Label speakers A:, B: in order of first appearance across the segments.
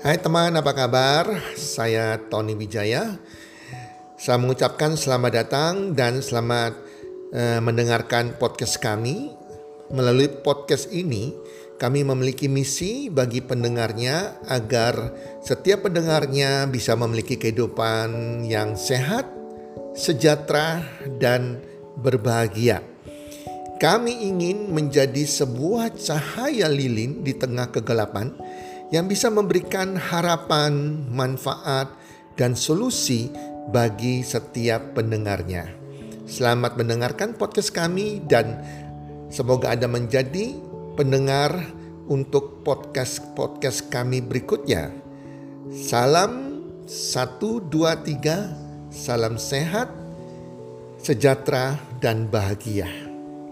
A: Hai teman, apa kabar? Saya Tony Wijaya. Saya mengucapkan selamat datang dan selamat mendengarkan podcast kami. Melalui podcast ini, kami memiliki misi bagi pendengarnya agar setiap pendengarnya bisa memiliki kehidupan yang sehat, sejahtera, dan berbahagia. Kami ingin menjadi sebuah cahaya lilin di tengah kegelapan yang bisa memberikan harapan, manfaat, dan solusi bagi setiap pendengarnya. Selamat mendengarkan podcast kami dan semoga Anda menjadi pendengar untuk podcast kami berikutnya. Salam 1, 2, 3, salam sehat, sejahtera, dan bahagia.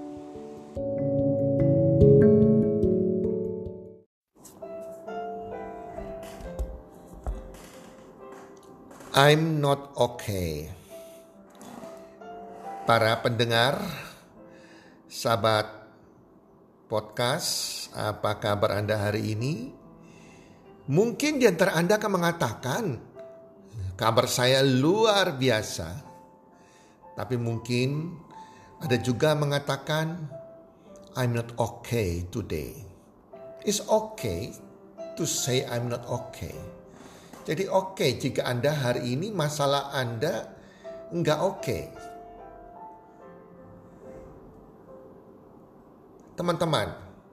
A: I'm not okay. Para pendengar, sahabat podcast, apa kabar Anda hari ini? Mungkin di antara Anda akan mengatakan, kabar saya luar biasa. Tapi mungkin ada juga mengatakan, I'm not okay today. It's okay to say I'm not okay. Jadi oke jika Anda hari ini masalah Anda enggak oke. Teman-teman,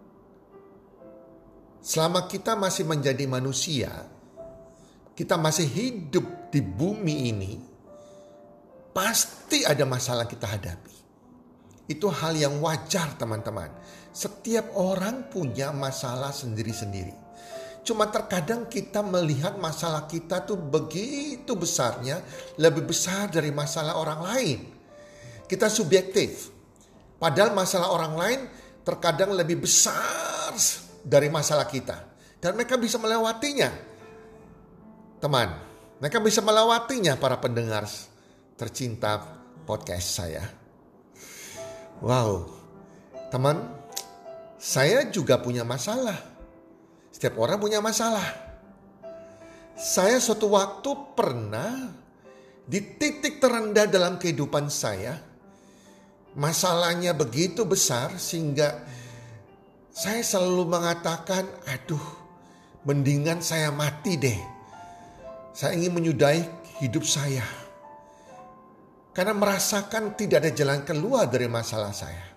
A: selama kita masih menjadi manusia, kita masih hidup di bumi ini, pasti ada masalah kita hadapi. Itu hal yang wajar teman-teman. Setiap orang punya masalah sendiri-sendiri. Cuma terkadang kita melihat masalah kita tuh begitu besarnya, lebih besar dari masalah orang lain. Kita subjektif. Padahal masalah orang lain terkadang lebih besar dari masalah kita. Dan mereka bisa melewatinya. Teman, mereka bisa melewatinya para pendengar tercinta podcast saya. Wow, teman, saya juga punya masalah. Setiap orang punya masalah. Saya suatu waktu pernah di titik terendah dalam kehidupan saya. Masalahnya begitu besar sehingga saya selalu mengatakan, aduh, mendingan saya mati deh. Saya ingin menyudahi hidup saya. Karena merasakan tidak ada jalan keluar dari masalah saya.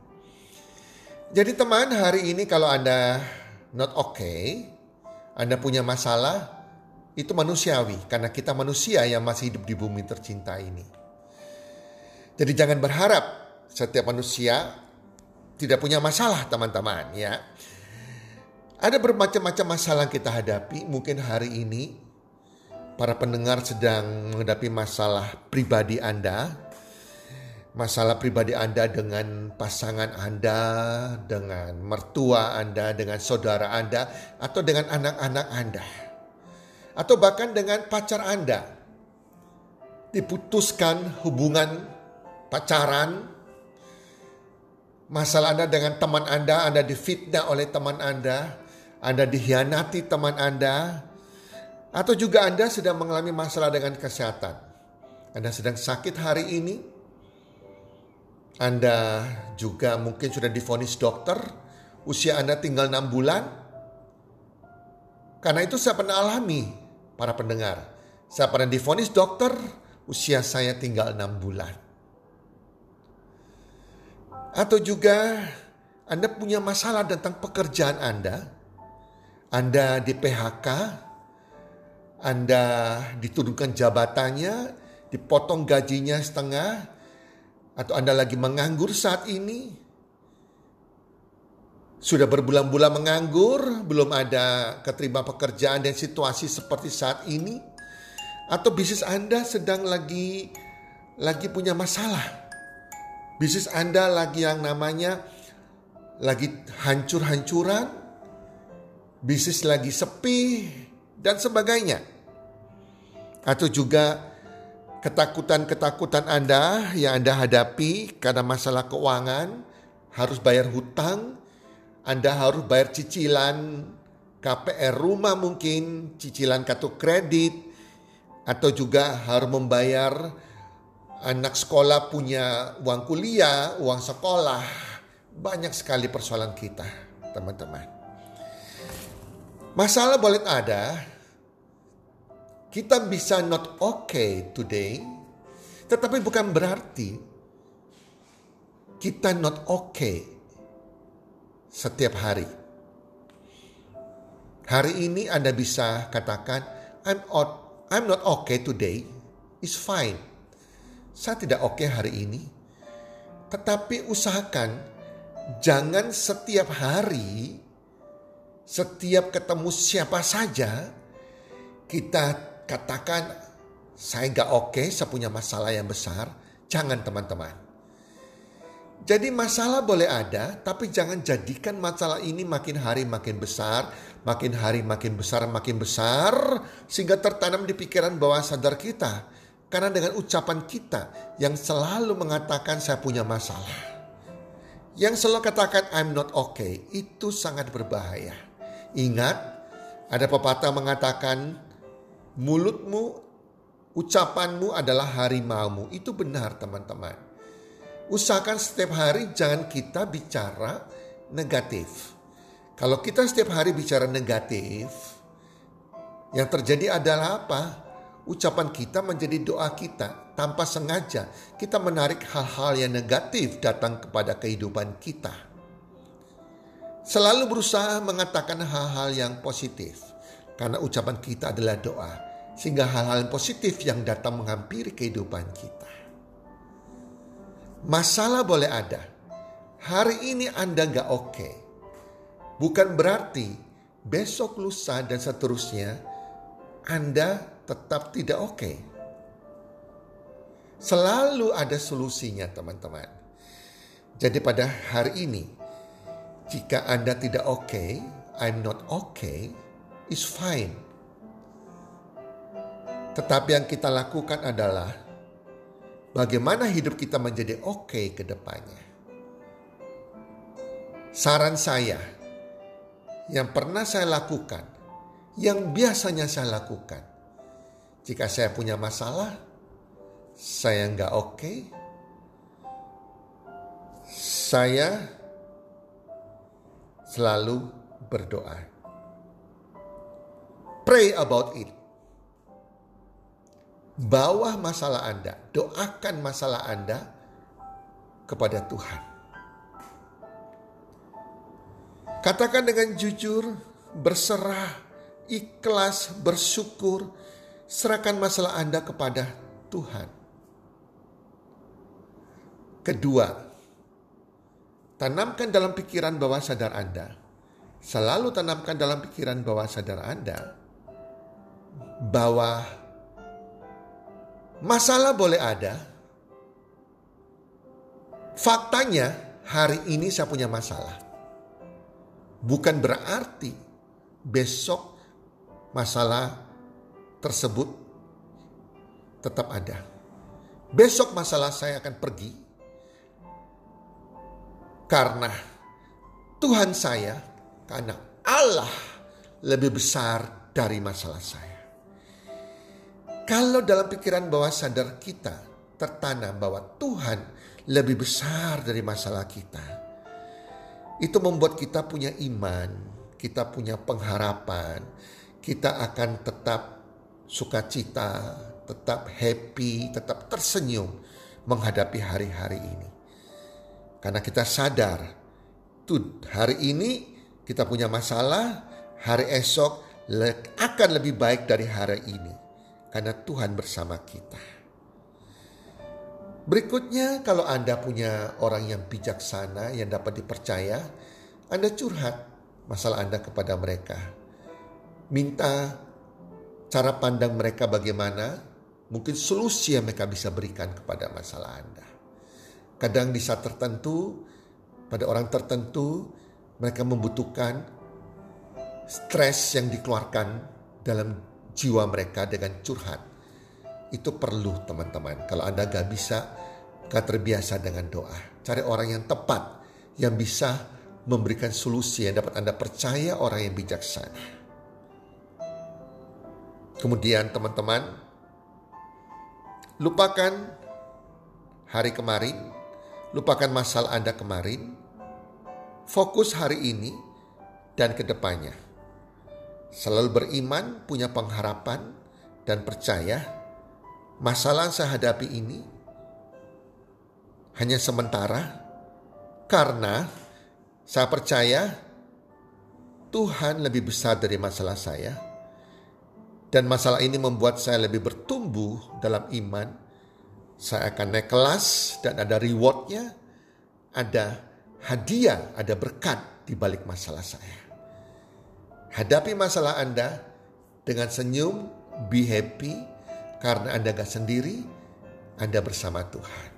A: Jadi teman, hari ini kalau Anda not okay, Anda punya masalah, itu manusiawi. Karena kita manusia yang masih hidup di bumi tercinta ini. Jadi jangan berharap setiap manusia tidak punya masalah teman-teman ya. Ada bermacam-macam masalah yang kita hadapi. Mungkin hari ini para pendengar sedang menghadapi masalah pribadi Anda. Masalah pribadi Anda dengan pasangan Anda, dengan mertua Anda, dengan saudara Anda, atau dengan anak-anak Anda. Atau bahkan dengan pacar Anda. Diputuskan hubungan pacaran. Masalah Anda dengan teman Anda difitnah oleh teman Anda dikhianati teman Anda. Atau juga Anda sedang mengalami masalah dengan kesehatan. Anda sedang sakit hari ini. Anda juga mungkin sudah divonis dokter, usia Anda tinggal 6 bulan. Karena itu saya pernah alami, para pendengar. Saya pernah divonis dokter, usia saya tinggal 6 bulan. Atau juga Anda punya masalah tentang pekerjaan Anda. Anda di PHK, Anda diturunkan jabatannya, dipotong gajinya setengah, atau Anda lagi menganggur saat ini. Sudah berbulan-bulan menganggur, belum ada keterima pekerjaan dan situasi seperti saat ini. Atau bisnis Anda sedang lagi punya masalah. Bisnis Anda lagi yang namanya lagi hancur-hancuran. Bisnis lagi sepi dan sebagainya. Atau juga ketakutan-ketakutan Anda yang Anda hadapi karena masalah keuangan, harus bayar hutang, Anda harus bayar cicilan KPR rumah mungkin, cicilan kartu kredit, atau juga harus membayar anak sekolah punya uang kuliah, uang sekolah. Banyak sekali persoalan kita, teman-teman. Masalah boleh ada, kita bisa not okay today, tetapi bukan berarti kita not okay setiap hari. Hari ini Anda bisa katakan, I'm not okay today, it's fine. Saya tidak oke hari ini. Tetapi usahakan jangan setiap hari, setiap ketemu siapa saja, kita katakan saya gak oke, saya punya masalah yang besar. Jangan teman-teman. Jadi masalah boleh ada, tapi jangan jadikan masalah ini makin hari makin besar, makin hari makin besar, sehingga tertanam di pikiran bawah sadar kita. Karena dengan ucapan kita yang selalu mengatakan saya punya masalah, yang selalu katakan I'm not okay, itu sangat berbahaya. Ingat, ada pepatah mengatakan mulutmu, ucapanmu adalah harimaumu. Itu benar teman-teman. Usahakan setiap hari jangan kita bicara negatif. Kalau kita setiap hari bicara negatif, yang terjadi adalah apa? Ucapan kita menjadi doa kita. Tanpa sengaja kita menarik hal-hal yang negatif datang kepada kehidupan kita. Selalu berusaha mengatakan hal-hal yang positif. Karena ucapan kita adalah doa. Sehingga hal-hal yang positif yang datang menghampiri kehidupan kita. Masalah boleh ada. Hari ini Anda gak oke. Bukan berarti besok, lusa, dan seterusnya Anda tetap tidak oke. Selalu ada solusinya teman-teman. Jadi pada hari ini, jika Anda tidak oke, I'm not okay, it's fine. Tetapi yang kita lakukan adalah bagaimana hidup kita menjadi oke ke depannya. Saran saya, yang pernah saya lakukan, yang biasanya saya lakukan, jika saya punya masalah, saya nggak oke, saya selalu berdoa. Pray about it. Bawa masalah Anda, doakan masalah Anda kepada Tuhan. Katakan dengan jujur, berserah, ikhlas, bersyukur, serahkan masalah Anda kepada Tuhan. Kedua, tanamkan dalam pikiran bawah sadar Anda, selalu tanamkan dalam pikiran bawah sadar Anda, bahwa masalah boleh ada. Faktanya hari ini saya punya masalah. Bukan berarti besok masalah tersebut tetap ada. Besok masalah saya akan pergi. Karena Tuhan saya, karena Allah lebih besar dari masalah saya. Kalau dalam pikiran bawah sadar kita tertanam bahwa Tuhan lebih besar dari masalah kita, itu membuat kita punya iman, kita punya pengharapan, kita akan tetap sukacita, tetap happy, tetap tersenyum menghadapi hari-hari ini. Karena kita sadar, tuh hari ini kita punya masalah, hari esok akan lebih baik dari hari ini. Karena Tuhan bersama kita. Berikutnya, kalau Anda punya orang yang bijaksana, yang dapat dipercaya, Anda curhat masalah Anda kepada mereka. Minta cara pandang mereka bagaimana, mungkin solusi yang mereka bisa berikan kepada masalah Anda. Kadang di saat tertentu, pada orang tertentu, mereka membutuhkan stres yang dikeluarkan dalam jiwa mereka dengan curhat. Itu perlu teman-teman. Kalau Anda gak terbiasa dengan doa. Cari orang yang tepat, yang bisa memberikan solusi yang dapat Anda percaya orang yang bijaksana. Kemudian teman-teman, lupakan hari kemarin, lupakan masalah Anda kemarin, fokus hari ini dan ke depannya. Selalu beriman, punya pengharapan, dan percaya masalah yang saya hadapi ini hanya sementara, karena saya percaya Tuhan lebih besar dari masalah saya. Dan masalah ini membuat saya lebih bertumbuh dalam iman. Saya akan naik kelas dan ada rewardnya, ada hadiah, ada berkat di balik masalah saya. Hadapi masalah Anda dengan senyum, be happy, karena Anda gak sendiri, Anda bersama Tuhan.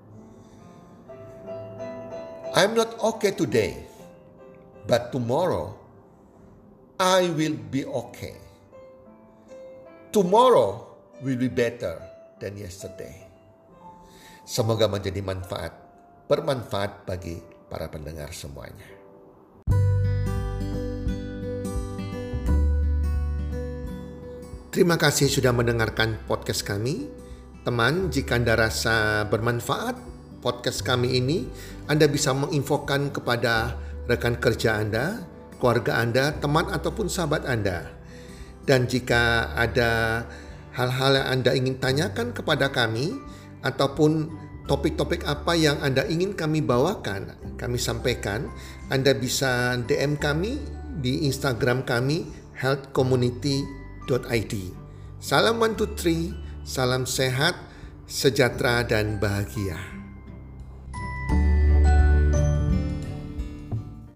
A: I'm not okay today, but tomorrow I will be okay. Tomorrow will be better than yesterday. Semoga menjadi bermanfaat bagi para pendengar semuanya. Terima kasih sudah mendengarkan podcast kami. Teman, jika Anda rasa bermanfaat podcast kami ini, Anda bisa menginfokan kepada rekan kerja Anda, keluarga Anda, teman ataupun sahabat Anda. Dan jika ada hal-hal yang Anda ingin tanyakan kepada kami, ataupun topik-topik apa yang Anda ingin kami bawakan, kami sampaikan, Anda bisa DM kami di Instagram kami, healthcommunity.id. Salam 1, 2, 3, salam sehat, sejahtera dan bahagia.